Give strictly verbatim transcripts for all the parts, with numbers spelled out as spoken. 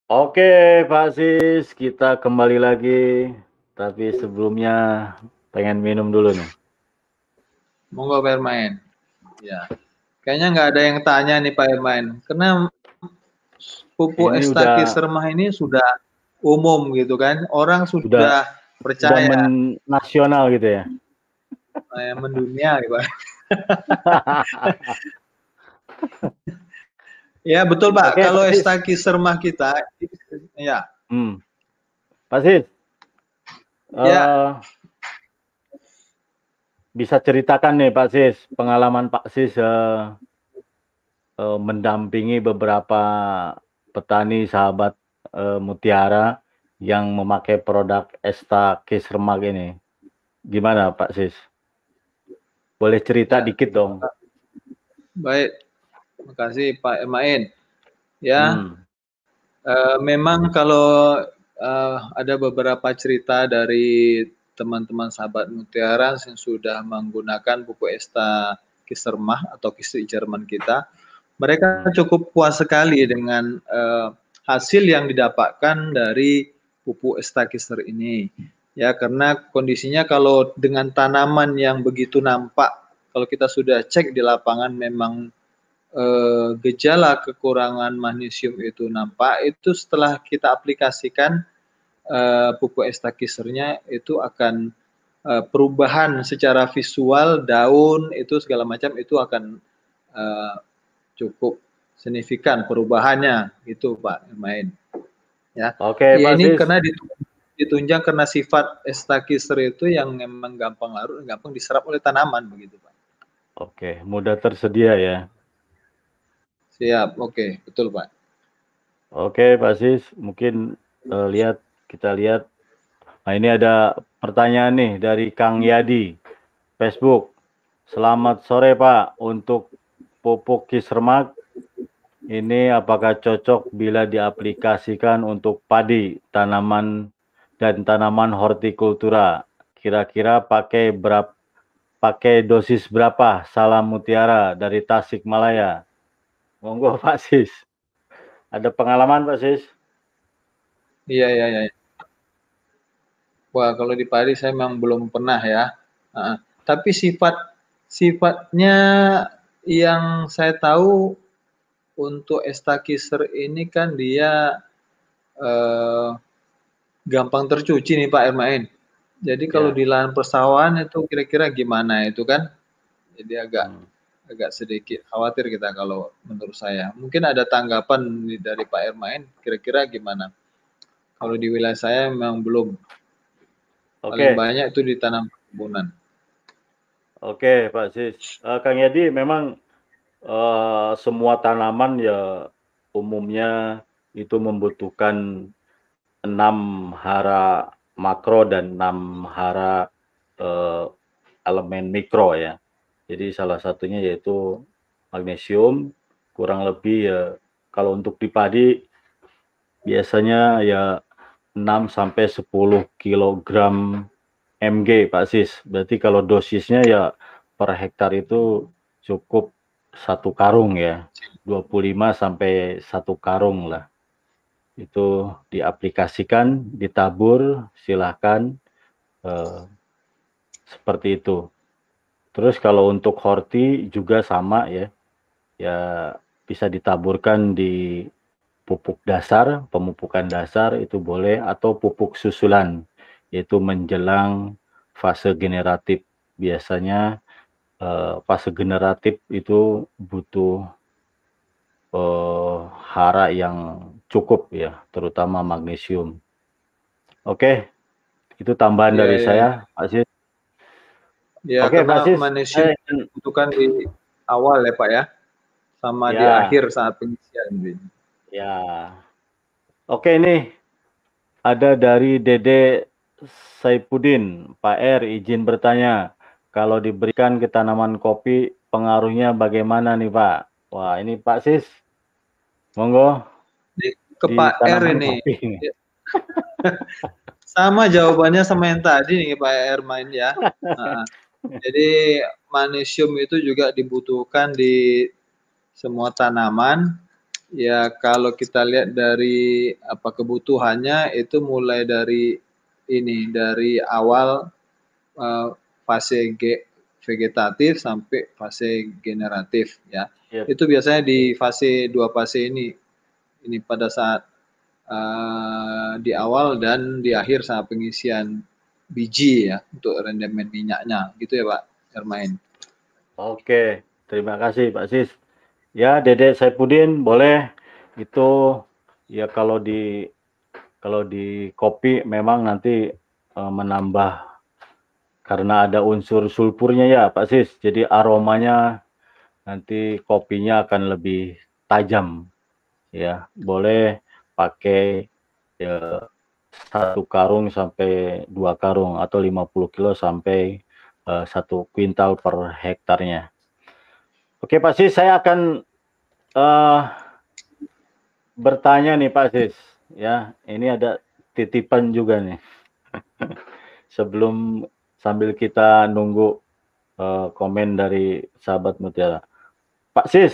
Oke, Pak Sis, kita kembali lagi. Tapi sebelumnya pengen minum dulu nih. Monggo Pak Hermain. Ya, kayaknya nggak ada yang tanya nih Pak Hermain. Karena pupuk Ini Estaki udah Sermah ini sudah umum gitu kan. Orang udah sudah udah percaya menasional gitu ya. eh, mendunia gitu. Ya betul Pak. Oke, Kalau Pak Sis. Estaki Sermah kita, ya, Hmm. Pak Sis, ya, eh, bisa ceritakan nih Pak Sis, pengalaman Pak Sis eh, eh, mendampingi beberapa petani sahabat eh, Mutiara yang memakai produk Esta Kisremak ini. Gimana Pak Sis? Boleh cerita ya. dikit dong. Baik. Terima kasih Pak Hermain. Ya, Hmm. eh, memang kalau eh, ada beberapa cerita dari teman-teman sahabat Mutiara yang sudah menggunakan pupuk Esta Kisermah atau Kisri Jerman kita, mereka Hmm. cukup puas sekali dengan uh, hasil yang didapatkan dari pupuk Esta Kiser ini. Ya, karena kondisinya kalau dengan tanaman yang begitu nampak, kalau kita sudah cek di lapangan memang eh, gejala kekurangan magnesium itu nampak, itu setelah kita aplikasikan eh, pupuk estakisernya itu akan eh, perubahan secara visual daun itu segala macam itu akan eh, cukup signifikan perubahannya gitu Pak Main. Ya, Oke, ya Pak ini Sis. karena ditunjang karena sifat estakiser itu yang memang gampang larut, gampang diserap oleh tanaman begitu Pak. Oke, mudah tersedia ya. Siap, oke, betul Pak. Oke, Pak Sis, mungkin eh, lihat kita lihat. Nah, ini ada pertanyaan nih dari Kang Yadi, Facebook. Selamat sore Pak, untuk pupuk Kisremak ini apakah cocok bila diaplikasikan untuk padi, tanaman dan tanaman hortikultura? Kira-kira pakai berapa pakai dosis berapa? Salam Mutiara dari Tasikmalaya. Monggo Pak Sis. Ada pengalaman Pak Sis? Iya, iya, iya. Wah, kalau di Paris saya memang belum pernah ya. Uh, tapi sifat sifatnya yang saya tahu untuk estakiser ini kan dia uh, gampang tercuci nih Pak Ermain. Jadi kalau Ya. di lahan persawahan itu kira-kira gimana itu kan? Jadi agak Hmm. agak sedikit khawatir kita kalau menurut saya. Mungkin ada tanggapan dari Pak Ermain, kira-kira gimana? Kalau di wilayah saya memang belum. Paling Oke, banyak itu ditanam perkebunan. oke Pak Sis. Eh, Kang Yadi, memang eh, semua tanaman ya umumnya itu membutuhkan enam hara makro dan enam hara eh, elemen mikro ya. Jadi salah satunya yaitu magnesium, kurang lebih ya kalau untuk di padi biasanya ya enam sampai sepuluh kilogram mg Pak Sis. Berarti kalau dosisnya ya per hektar itu cukup satu karung ya, dua puluh lima sampai satu karung lah. Itu diaplikasikan, ditabur, silahkan eh, seperti itu. Terus kalau untuk horti juga sama ya, ya bisa ditaburkan di pupuk dasar, pemupukan dasar itu boleh, atau pupuk susulan, yaitu menjelang fase generatif. Biasanya eh, fase generatif itu butuh eh, hara yang cukup ya, terutama magnesium. Oke, itu tambahan Iya, dari iya, iya. saya, Pak Sis. Ya, Oke, karena Pak Sis. magnesium Eh, dibutuhkan di awal ya Pak ya, sama di ya, akhir saat pengisian. ya. Oke, ini ada dari Dede Saipudin. Pak R, izin bertanya, kalau diberikan ke tanaman kopi, pengaruhnya bagaimana nih Pak? Wah, ini Pak Sis, monggo Ini ke di Pak R tanaman ini. kopi. Sama jawabannya sama yang tadi nih Pak R main ya. Nah, jadi magnesium itu juga dibutuhkan di semua tanaman, Ya, kalau kita lihat dari apa kebutuhannya itu mulai dari ini, dari awal uh, fase ge vegetatif sampai fase generatif ya. Yep. Itu biasanya di fase dua fase ini. Ini pada saat uh, di awal dan di akhir saat pengisian biji ya untuk rendemen minyaknya gitu ya Pak Hermain. Oke, terima kasih Pak Sis. Ya, Dedek Saipudin boleh itu ya kalau di kalau di kopi memang nanti uh, menambah karena ada unsur sulfurnya ya Pak Sis. Jadi aromanya nanti kopinya akan lebih tajam ya. Boleh pakai ya satu karung sampai dua karung atau lima puluh kilo sampai uh, satu kuintal per hektarnya. Oke Pak Sis, saya akan uh, bertanya nih Pak Sis, ya ini ada titipan juga nih. Sebelum sambil kita nunggu uh, komen dari sahabat Mutiara. Pak Sis.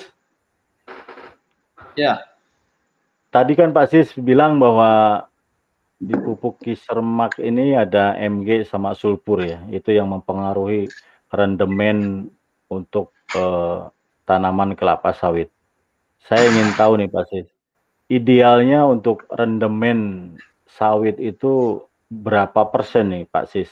Ya. Tadi kan Pak Sis bilang bahwa di pupuk Kisermak ini ada M G sama sulfur ya, itu yang mempengaruhi rendemen untuk uh, tanaman kelapa sawit. Saya ingin tahu nih Pak Sis, idealnya untuk rendemen sawit itu berapa persen nih Pak Sis?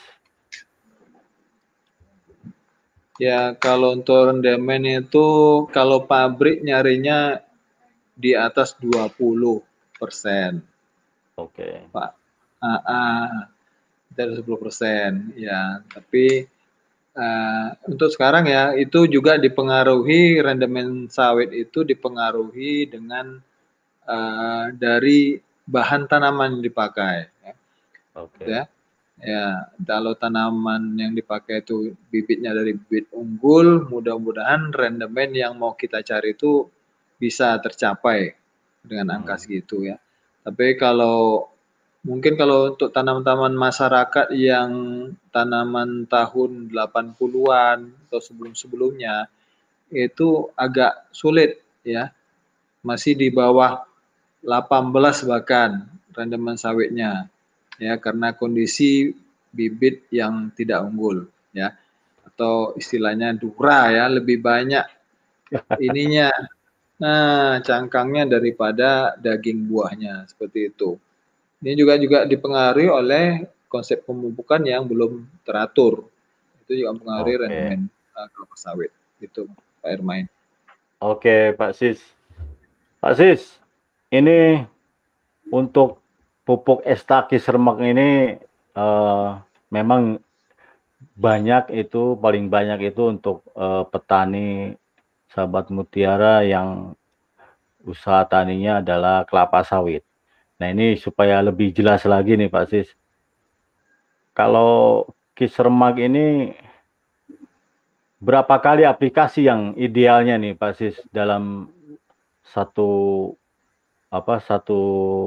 Ya, kalau untuk rendemen itu kalau pabrik nyarinya di atas dua puluh persen. Oke. Pak. Ah, ah, dari sepuluh persen ya, tapi uh, untuk sekarang ya itu juga dipengaruhi rendemen sawit itu dipengaruhi dengan uh, dari bahan tanaman yang dipakai ya. Oke. Ya. Ya, kalau tanaman yang dipakai itu bibitnya dari bibit unggul, mudah-mudahan rendemen yang mau kita cari itu bisa tercapai dengan angka Hmm. segitu ya. Tapi kalau mungkin kalau untuk tanaman-tanaman masyarakat yang tanaman tahun delapan puluhan atau sebelum-sebelumnya itu agak sulit ya. Masih di bawah delapan belas bahkan rendemen sawitnya ya karena kondisi bibit yang tidak unggul ya atau istilahnya dura ya lebih banyak ininya nah cangkangnya daripada daging buahnya seperti itu. Ini juga juga dipengaruhi oleh konsep pemupukan yang belum teratur. Itu juga mempengaruhi Oke. rendemen uh, kelapa sawit. Itu Pak Hermain. Oke, Pak Sis. Pak Sis, ini untuk pupuk Estaki Sermak ini uh, memang banyak itu, paling banyak itu untuk uh, petani sahabat Mutiara yang usaha taninya adalah kelapa sawit. Nah ini supaya lebih jelas lagi nih Pak Sis. Kalau Kisermak ini berapa kali aplikasi yang idealnya nih Pak Sis dalam satu apa satu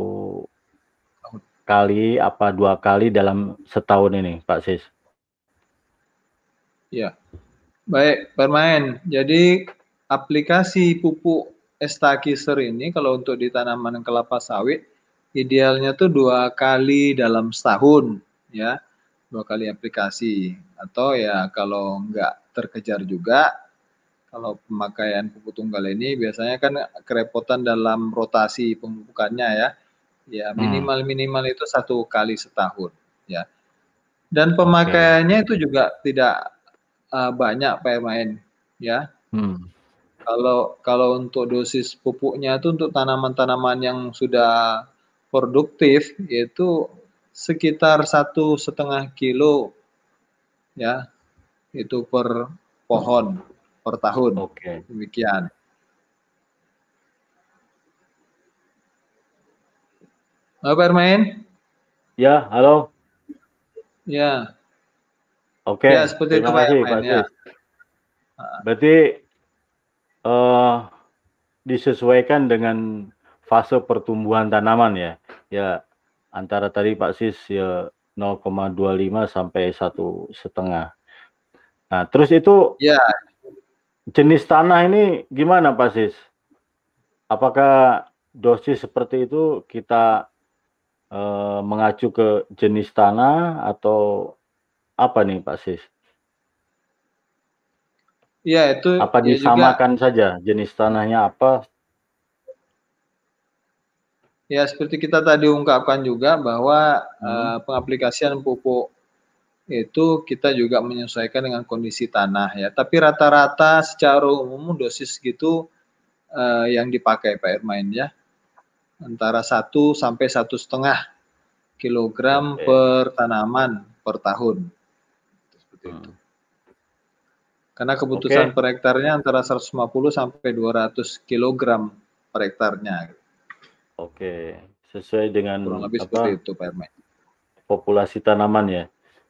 kali apa dua kali dalam setahun ini Pak Sis? Ya, baik Pak Hermain. Jadi aplikasi pupuk Estakiser ini kalau untuk di tanaman kelapa sawit idealnya tuh dua kali dalam setahun ya, dua kali aplikasi atau ya kalau nggak terkejar juga kalau pemakaian pupuk tunggal ini biasanya kan kerepotan dalam rotasi pemupukannya ya. Ya Hmm. minimal minimal itu satu kali setahun ya. Dan Oke. pemakaiannya itu juga tidak uh, banyak Pak Hermain ya. Hmm. Kalau kalau untuk dosis pupuknya itu untuk tanaman-tanaman yang sudah produktif yaitu sekitar satu setengah kilo ya itu per pohon per tahun Oke. demikian. Halo Pak Hermain? Ya, halo. Ya. Oke, Ya seperti itu terima Pak kasih Hermain Pak ya. Sis. Berarti uh, disesuaikan dengan fase pertumbuhan tanaman ya. Ya antara tadi Pak Sis ya nol koma dua lima sampai satu setengah. Nah, terus itu Ya. jenis tanah ini gimana Pak Sis? apakah dosis seperti itu kita eh, mengacu ke jenis tanah atau apa nih Pak Sis? Ya, itu Apa ya juga disamakan saja jenis tanahnya apa? ya seperti kita tadi ungkapkan juga bahwa Hmm, uh, pengaplikasian pupuk itu kita juga menyesuaikan dengan kondisi tanah ya. Tapi rata-rata secara umum dosis gitu uh, yang dipakai Pak Irmain ya antara satu sampai satu setengah kilogram Oke. per tanaman per tahun seperti itu. Hmm. Karena kebutuhan Oke, per hektarnya antara seratus lima puluh sampai dua ratus kilogram per hektarnya. oke. Sesuai dengan Kurang lebih seperti apa itu Pak Irmain. populasi tanaman ya.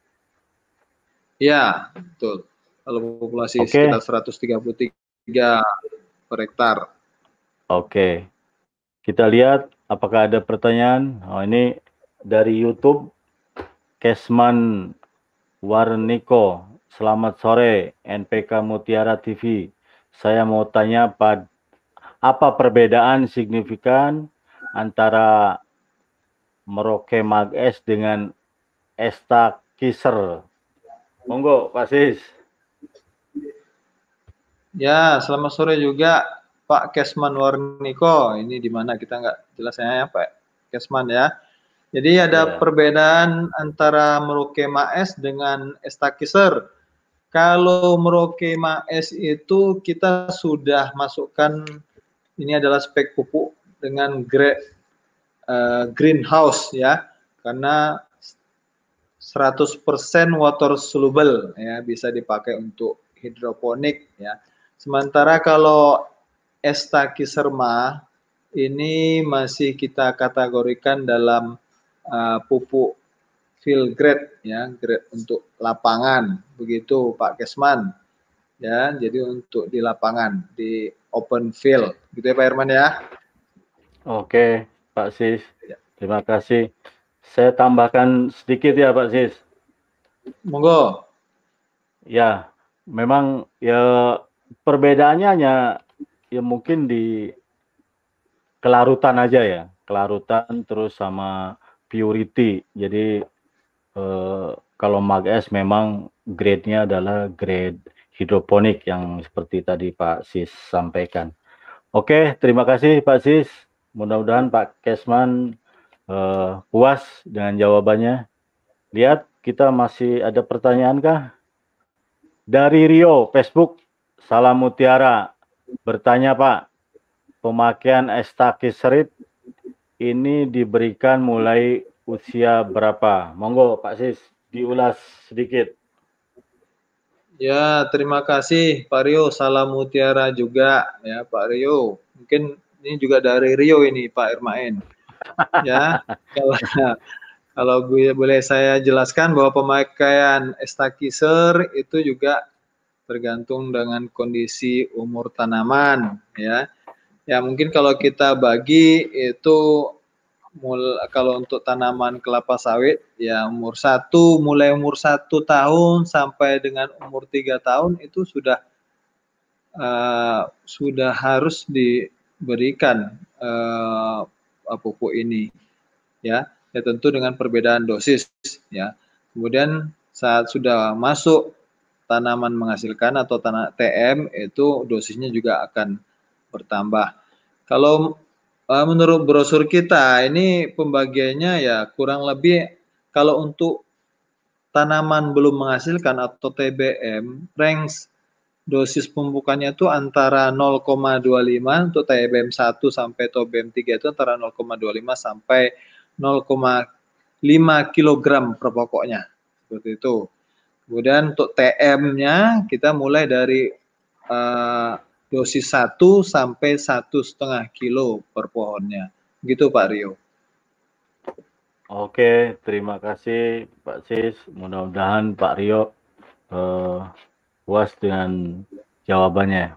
Ya, betul. Kalau populasi sekitar Oke, seratus tiga puluh tiga per hektar. oke. Kita lihat apakah ada pertanyaan. Oh, ini dari YouTube, Kesman Warniko. Selamat sore, N P K Mutiara T V. Saya mau tanya pad, apa perbedaan signifikan antara Merauke Mages dengan Esta Kiser? Monggo, Pak Sis. Ya, selamat sore juga Pak Kesman Warniko. Ini di mana kita nggak jelasnya ya Pak Kesman ya. Jadi ada Ya, perbedaan antara Merauke Maes dengan Estakiser. Kalau Merauke Maes itu kita sudah masukkan ini adalah spek pupuk dengan grade uh, greenhouse ya. Karena seratus persen water soluble ya bisa dipakai untuk hidroponik ya. Sementara kalau Estakiserma ini masih kita kategorikan dalam uh, pupuk field grade ya, grade untuk lapangan. Begitu Pak Kesman. Ya, jadi untuk di lapangan, di open field. Gitu ya Pak Herman ya. oke, Pak Sis. Ya. Terima kasih. Saya tambahkan sedikit ya, Pak Sis. Monggo. Ya, memang ya perbedaannya hanya ya mungkin di kelarutan aja ya, kelarutan terus sama purity. Jadi eh, kalau Mages memang grade-nya adalah grade hidroponik yang seperti tadi Pak Sis sampaikan. Oke, terima kasih Pak Sis. Mudah-mudahan Pak Kesman eh, puas dengan jawabannya. Lihat, kita masih ada pertanyaan kah? Dari Rio, Facebook, Salam Mutiara. Bertanya Pak, pemakaian estakiserit ini diberikan mulai usia berapa? Monggo Pak Sis, diulas sedikit. Ya, terima kasih Pak Rio. Salam mutiara juga ya Pak Rio. Mungkin ini juga dari Rio ini Pak Irmain. Ya, kalau kalau gue boleh saya jelaskan bahwa pemakaian estakiser itu juga tergantung dengan kondisi umur tanaman ya. Ya, mungkin kalau kita bagi itu mul kalau untuk tanaman kelapa sawit ya umur satu mulai umur satu tahun sampai dengan umur tiga tahun itu sudah uh, sudah harus diberikan uh, pupuk ini ya ya tentu dengan perbedaan dosis ya kemudian saat sudah masuk tanaman menghasilkan atau tanah T M itu dosisnya juga akan bertambah kalau uh, menurut brosur kita ini pembagiannya ya kurang lebih kalau untuk tanaman belum menghasilkan atau T B M, range dosis pemupukannya itu antara nol koma dua lima untuk T B M satu sampai T B M tiga itu antara nol koma dua lima sampai nol koma lima kilogram per pokoknya. Seperti itu. Kemudian untuk T M-nya kita mulai dari uh, dosis satu sampai satu setengah kilo per pohonnya. Gitu Pak Rio. Oke, terima kasih Pak Sis. Mudah-mudahan Pak Rio eh, puas dengan jawabannya.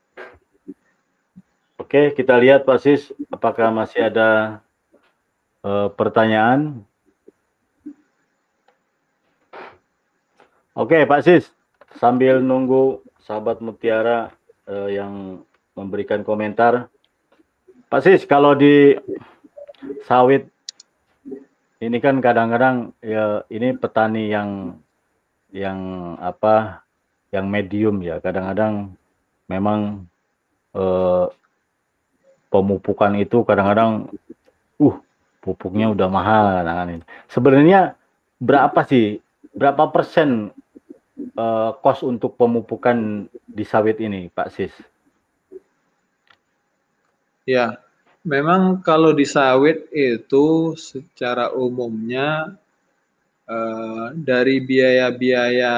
Oke, kita lihat Pak Sis, apakah masih ada eh, pertanyaan? Oke, Pak Sis, sambil nunggu sahabat Mutiara eh, yang memberikan komentar, Pak Sis, kalau di sawit ini kan kadang-kadang ya ini petani yang yang apa yang medium ya, kadang-kadang memang eh, pemupukan itu kadang-kadang uh pupuknya udah mahal kadang-kadang. Sebenarnya berapa sih berapa persen eh, kos untuk pemupukan di sawit ini, Pak Sis? Ya, memang kalau di sawit itu secara umumnya eh, dari biaya-biaya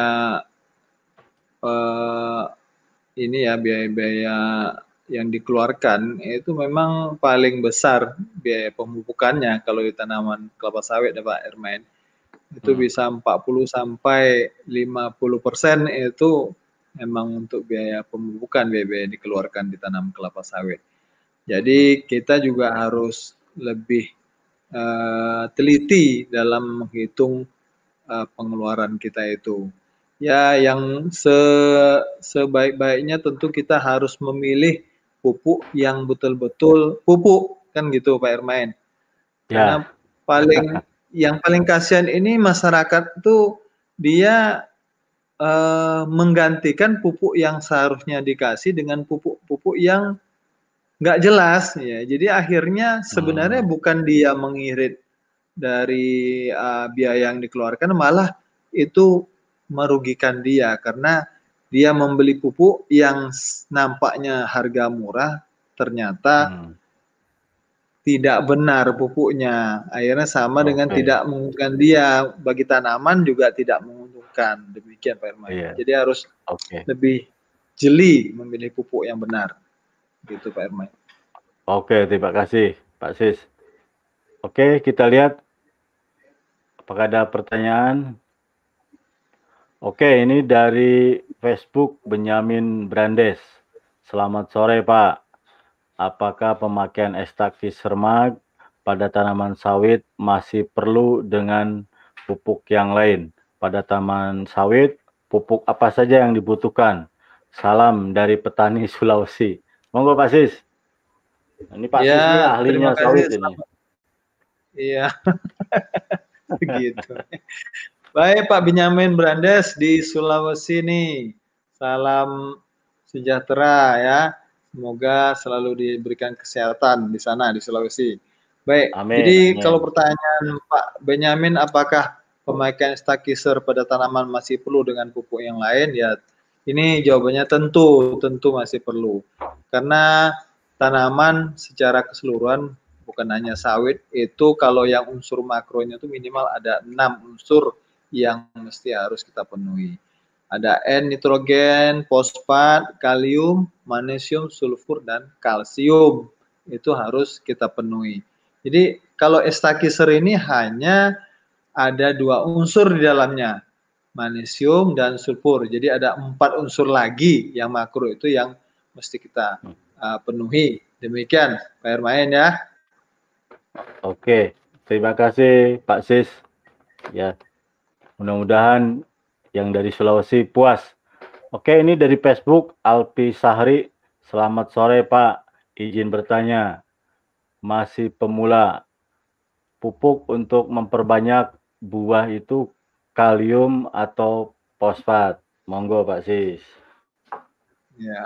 eh, ini ya biaya-biaya yang dikeluarkan itu memang paling besar biaya pemupukannya kalau di tanaman kelapa sawit ya Pak Ermain. Itu Hmm. bisa empat puluh sampai lima puluh persen itu memang untuk biaya pemupukan, biaya-biaya yang dikeluarkan di tanam kelapa sawit. Jadi kita juga harus lebih uh, teliti dalam menghitung uh, pengeluaran kita itu. Ya, yang se sebaik-baiknya tentu kita harus memilih pupuk yang betul-betul pupuk kan gitu Pak Ermain. Karena Ya. paling yang paling kasihan ini masyarakat tuh dia uh, menggantikan pupuk yang seharusnya dikasih dengan pupuk-pupuk yang nggak jelas ya. Jadi akhirnya sebenarnya Hmm. bukan dia mengirit dari uh, biaya yang dikeluarkan, malah itu merugikan dia karena dia membeli pupuk yang nampaknya harga murah ternyata Hmm. tidak benar pupuknya. Akhirnya sama dengan Oke. tidak menguntungkan dia, bagi tanaman juga tidak menguntungkan. Demikian Pak Hermain. Iya. Jadi harus Oke. lebih jeli memilih pupuk yang benar. Gitu Pak Hermain. Oke, terima kasih Pak Sis. Oke, kita lihat apakah ada pertanyaan. Oke, ini dari Facebook Benyamin Brandes. Selamat sore Pak. Apakah pemakaian Estakisermag pada tanaman sawit masih perlu dengan pupuk yang lain? Pada tanaman sawit, pupuk apa saja yang dibutuhkan? Salam dari petani Sulawesi. Monggo Pak Sis. Ini Pak Sis ini Ya, terima ahlinya kasih. sawit ini. Iya, begitu. Baik Pak Benyamin Brandes di Sulawesi nih. Salam sejahtera ya. Semoga selalu diberikan kesehatan di sana di Sulawesi. Baik, Amin, jadi amin. kalau pertanyaan Pak Benyamin apakah pemakaian Estakiser pada tanaman masih perlu dengan pupuk yang lain? Ya, ini jawabannya tentu, tentu masih perlu. Karena tanaman secara keseluruhan bukan hanya sawit, itu kalau yang unsur makronya itu minimal ada enam unsur yang mesti harus kita penuhi. Ada N, nitrogen, fosfat, kalium, magnesium, sulfur, dan kalsium. Itu harus kita penuhi. Jadi kalau Estakiser ini hanya ada dua unsur di dalamnya, magnesium dan sulfur. Jadi ada empat unsur lagi yang makro itu yang mesti kita uh, penuhi. Demikian Pak Hermain ya. Oke, terima kasih Pak Sis. Ya, mudah-mudahan yang dari Sulawesi puas. Oke, ini dari Facebook Alpi Sahri. Selamat sore Pak. Izin bertanya. Masih pemula. Pupuk untuk memperbanyak buah itu kalium atau fosfat? Monggo Pak Sis. Ya.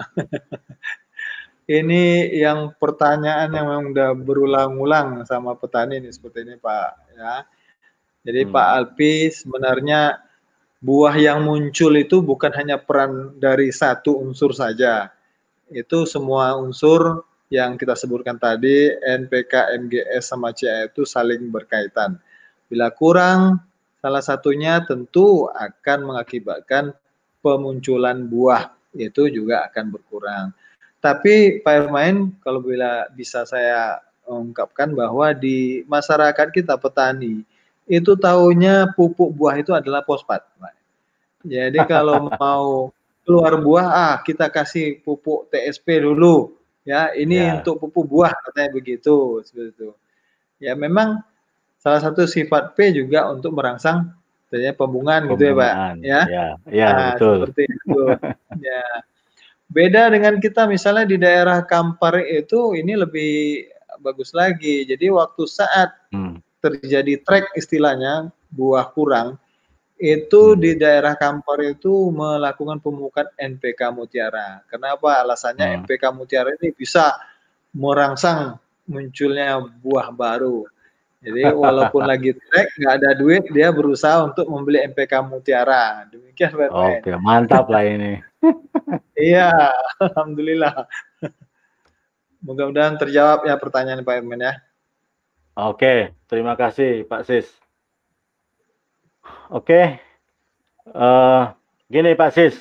Ini yang pertanyaan yang memang udah berulang-ulang sama petani nih seperti ini Pak ya. Jadi Hmm. Pak Alpi sebenarnya buah yang muncul itu bukan hanya peran dari satu unsur saja. Itu semua unsur yang kita sebutkan tadi N P K, M G S sama C A itu saling berkaitan. Bila kurang salah satunya tentu akan mengakibatkan pemunculan buah itu juga akan berkurang. Tapi Pak Hermain, kalau bila bisa saya ungkapkan bahwa di masyarakat kita petani itu tahunya pupuk buah itu adalah fosfat. Jadi kalau mau keluar buah, ah kita kasih pupuk T S P dulu, ya ini Ya. untuk pupuk buah katanya begitu, seperti itu. Ya memang salah satu sifat P juga untuk merangsang adanya pembungaan gitu ya Pak, Pembungaan. ya. Ya, ya Nah, betul. seperti itu. Ya. Beda dengan kita misalnya di daerah Kampar itu ini lebih bagus lagi. Jadi waktu saat Hmm. terjadi trek istilahnya, buah kurang, itu Hmm. di daerah Kampar itu melakukan pemupukan N P K Mutiara. Kenapa? Alasannya Hmm. N P K Mutiara ini bisa merangsang munculnya buah baru. Jadi walaupun lagi trek, nggak ada duit, dia berusaha untuk membeli N P K Mutiara. Demikian Pak Hermain. Oke, mantap lah ini. Iya, alhamdulillah. Mudah-mudahan terjawab ya pertanyaan Pak Hermain ya. Oke, terima kasih Pak Sis. Oke, uh, gini Pak Sis,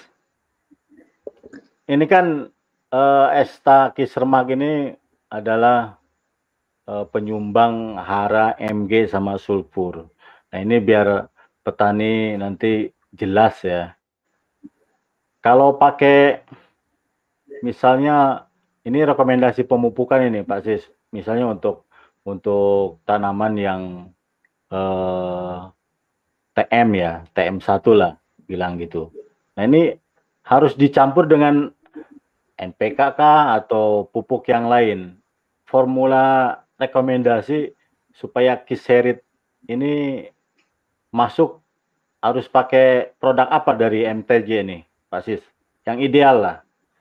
ini kan uh, Esta Kisremak ini adalah uh, penyumbang hara, M G, sama sulfur. Nah ini biar petani nanti jelas ya. Kalau pakai, misalnya ini rekomendasi pemupukan ini Pak Sis, misalnya untuk untuk tanaman yang eh, T M ya, T M satu lah bilang gitu. Nah ini harus dicampur dengan N P K kah atau pupuk yang lain? Formula rekomendasi supaya Kiserit ini masuk harus pakai produk apa dari M T J nih, Pak Sis? Yang ideal lah.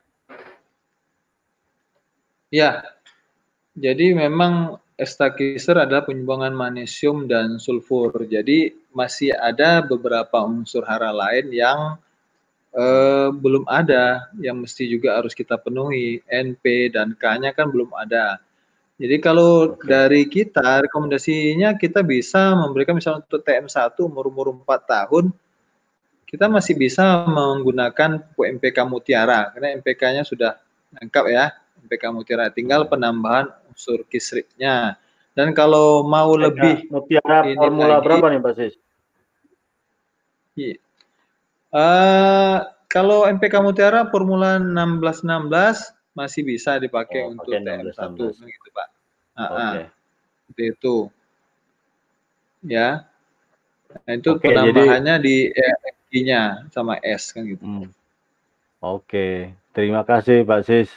Ya, jadi memang estakiser adalah penyumbangan magnesium dan sulfur. Jadi masih ada beberapa unsur hara lain yang eh, belum ada, yang mesti juga harus kita penuhi. N P dan K-nya kan belum ada. Jadi kalau Oke. dari kita, rekomendasinya kita bisa memberikan misalnya untuk T M satu umur-umur empat tahun, kita masih bisa menggunakan pupuk M P K Mutiara, karena M P K-nya sudah lengkap ya, M P K Mutiara. Tinggal penambahan unsur kisritnya. Dan kalau mau M P K lebih Mutiara ini formula lagi, berapa nih Pak Sis? iya. Uh, kalau M P K Mutiara formula enam belas enam belas masih bisa dipakai Oh, untuk pakai T enam M belas enam satu belas. gitu Pak. Uh -uh. Oke. Seperti itu. Ya. Nah, itu Oke, penambahannya jadi di E F G-nya sama S kan gitu. hmm, oke, terima kasih Pak Sis.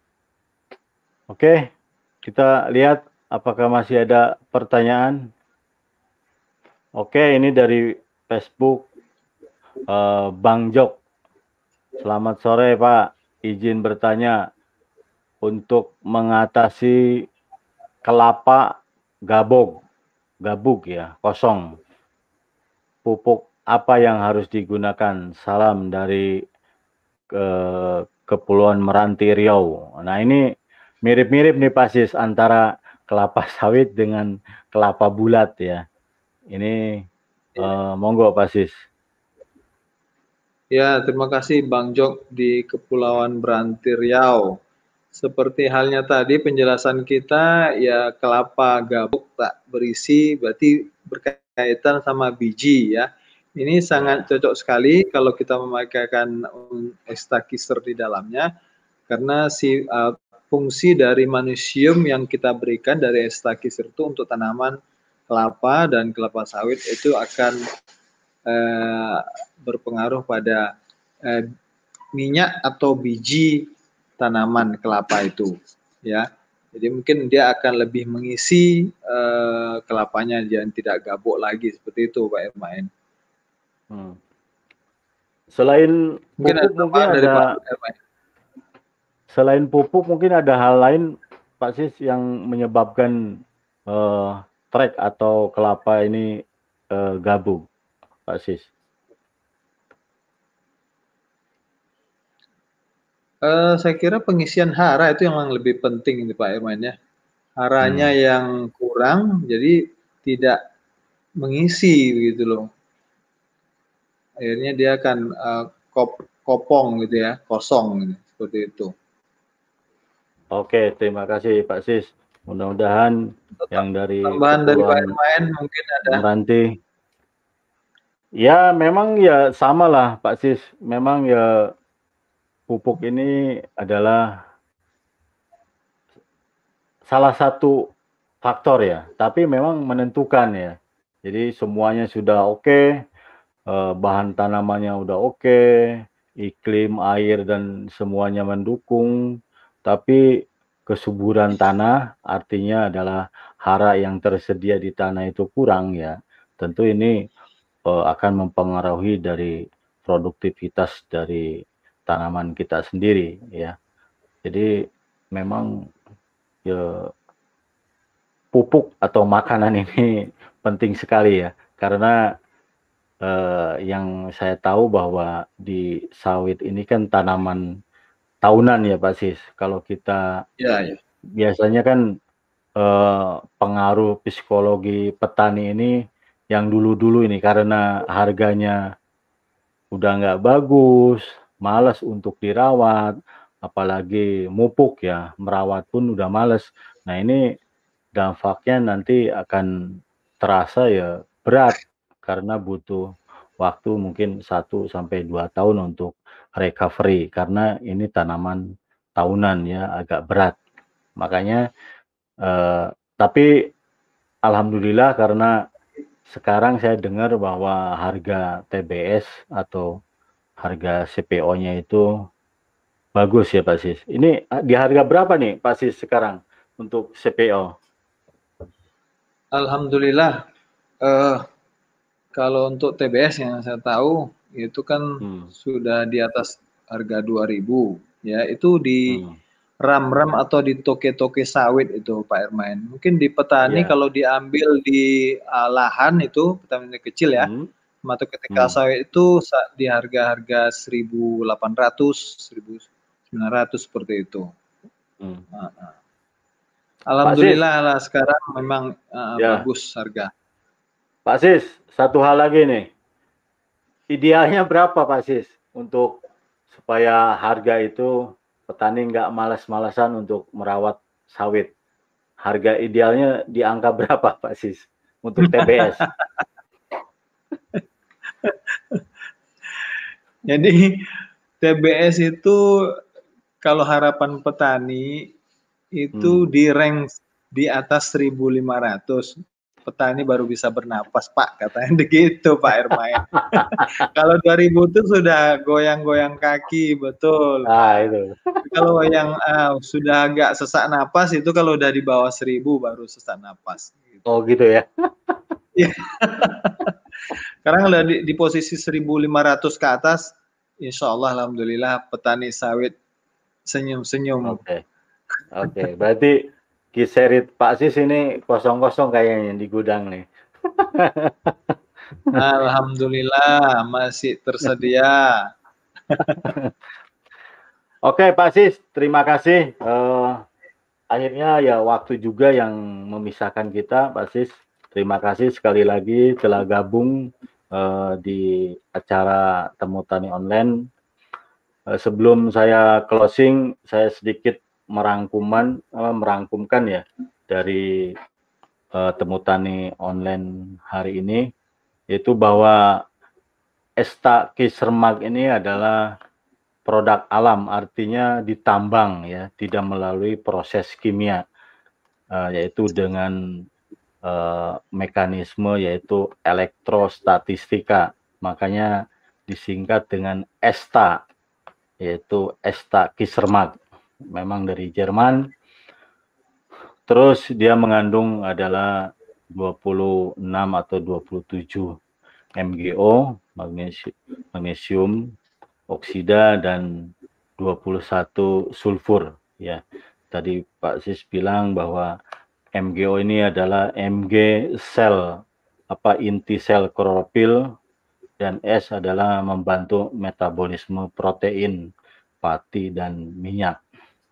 Oke, kita lihat apakah masih ada pertanyaan. Oke, ini dari Facebook uh, Bang Jok. Selamat sore Pak, izin bertanya, untuk mengatasi kelapa gabog, gabug ya, kosong, pupuk apa yang harus digunakan? Salam dari ke Kepulauan Meranti Riau. Nah ini mirip-mirip nih Pak Sis antara kelapa sawit dengan kelapa bulat ya. Ini uh, monggo Pak Sis. Ya, terima kasih Bang Jok di Kepulauan Meranti Riau. Seperti halnya tadi penjelasan kita, ya kelapa gabuk tak berisi berarti berkaitan sama biji ya. Ini sangat Ya. cocok sekali kalau kita memakaikan estakiser di dalamnya, karena si uh, fungsi dari magnesium yang kita berikan dari estakiser itu untuk tanaman kelapa dan kelapa sawit itu akan uh, berpengaruh pada uh, minyak atau biji tanaman kelapa itu, ya. Jadi mungkin dia akan lebih mengisi uh, kelapanya dan tidak gabuk lagi seperti itu, Pak Hermain. Hmm. Selain mungkin pupuk ada mungkin dari ada, Pak Hermain. Selain pupuk mungkin ada hal lain Pak Sis yang menyebabkan uh, trek atau kelapa ini uh, gabung, Pak Sis. Uh, saya kira pengisian hara itu yang lebih penting ini Pak Hermain ya. Haranya Hmm. yang kurang, jadi tidak mengisi begitu loh. Akhirnya dia akan uh, kop kopong gitu ya, kosong gitu, seperti itu. Oke, terima kasih Pak Sis. Mudah-mudahan yang dari tambahan dari Pak Kepulauan Hermain mungkin ada. Meranti. Ya, memang ya sama lah Pak Sis. Memang ya pupuk ini adalah salah satu faktor ya, tapi memang menentukan ya. Jadi semuanya sudah oke, eh, bahan tanamannya udah oke, iklim, air dan semuanya mendukung, tapi kesuburan tanah, artinya adalah hara yang tersedia di tanah itu kurang ya, tentu ini uh, akan mempengaruhi dari produktivitas dari tanaman kita sendiri ya. Jadi memang ya, pupuk atau makanan ini penting sekali ya, karena uh, yang saya tahu bahwa di sawit ini kan tanaman tahunan ya Pak Sis. Kalau kita Ya, ya. biasanya kan uh, pengaruh psikologi petani ini yang dulu-dulu ini karena harganya udah nggak bagus, malas untuk dirawat, apalagi mupuk ya, merawat pun udah males. Nah ini dampaknya nanti akan terasa ya berat karena butuh waktu mungkin satu sampai dua tahun untuk recovery karena ini tanaman tahunan ya agak berat. Makanya eh, tapi alhamdulillah karena sekarang saya dengar bahwa harga T B S atau harga C P O-nya itu bagus ya Pak Sis. Ini di harga berapa nih Pak Sis sekarang untuk C P O? Alhamdulillah. Uh, kalau untuk T B S yang saya tahu itu kan Hmm. sudah di atas harga dua ribu ya. Itu di Hmm. ram-ram atau di toke-toke sawit itu Pak Ermain. Mungkin di petani Ya. kalau diambil di uh, lahan itu petani kecil ya. Hmm. Atau ketika Hmm. sawit itu di harga-harga seribu delapan ratus, seribu sembilan ratus seperti itu. Hmm. Uh, uh. Alhamdulillah lah sekarang memang uh, ya. bagus harga. Pak Sis, satu hal lagi nih. Idealnya berapa Pak Sis untuk supaya harga itu petani nggak malas-malasan untuk merawat sawit? Harga idealnya di angka berapa Pak Sis untuk T B S? Jadi T B S itu kalau harapan petani itu Hmm. di rank di atas seribu lima ratus. Petani baru bisa bernapas Pak, katanya begitu Pak Ermain. Kalau dua ribu itu sudah goyang-goyang kaki, betul. Ah, itu. Kalau yang uh, sudah agak sesak napas itu kalau udah di bawah seribu baru sesak napas. Gitu. Oh gitu ya? Sekarang udah di, di posisi seribu lima ratus ke atas, insya Allah alhamdulillah petani sawit senyum-senyum. Oke, okay. oke. Okay. Berarti kiserit Pak Sis ini kosong-kosong kayaknya di gudang nih. Alhamdulillah masih tersedia. Oke okay, Pak Sis, terima kasih. Uh, akhirnya ya waktu juga yang memisahkan kita Pak Sis. Terima kasih sekali lagi telah gabung uh, di acara Temu Tani Online. Uh, sebelum saya closing, saya sedikit merangkuman, uh, merangkumkan ya dari uh, Temu Tani Online hari ini, yaitu bahwa Esta Kisermag ini adalah produk alam, artinya ditambang ya, tidak melalui proses kimia, uh, yaitu dengan uh, mekanisme yaitu elektrostatistika, makanya disingkat dengan Esta, yaitu Esta Kisermag, memang dari Jerman. Terus dia mengandung adalah dua puluh enam atau dua puluh tujuh M G O, magnesium, magnesium oksida, dan dua puluh satu sulfur ya. Tadi Pak Sis bilang bahwa M G O ini adalah M G sel apa inti sel klorofil, dan S adalah membantu metabolisme protein, pati, dan minyak.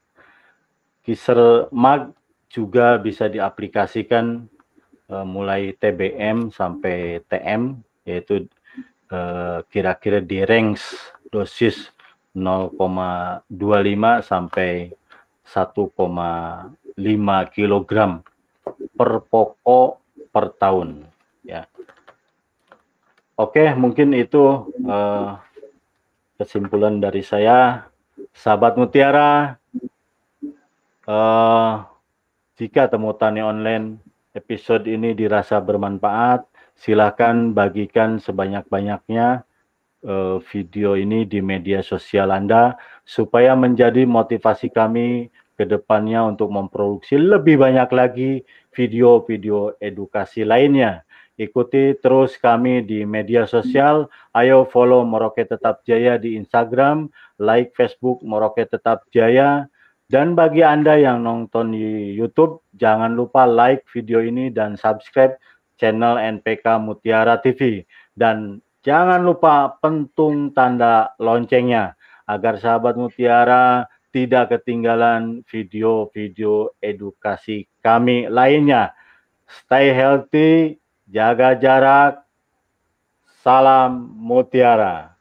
Kisermag juga bisa diaplikasikan uh, mulai T B M sampai T M, yaitu kira-kira uh, di range dosis nol koma dua lima sampai satu koma lima kilogram per pokok per tahun ya. Oke, mungkin itu uh, kesimpulan dari saya, sahabat Mutiara. Uh, jika Temu Tani Online episode ini dirasa bermanfaat, silakan bagikan sebanyak-banyaknya uh, video ini di media sosial Anda supaya menjadi motivasi kami ke depannya untuk memproduksi lebih banyak lagi video-video edukasi lainnya. Ikuti terus kami di media sosial. Ayo follow Merauke Tetap Jaya di Instagram, like Facebook Merauke Tetap Jaya. Dan bagi Anda yang nonton di YouTube, jangan lupa like video ini dan subscribe channel N P K Mutiara T V. Dan jangan lupa pentung tanda loncengnya agar sahabat Mutiara tidak ketinggalan video-video edukasi kami lainnya. Stay healthy, jaga jarak, salam Mutiara.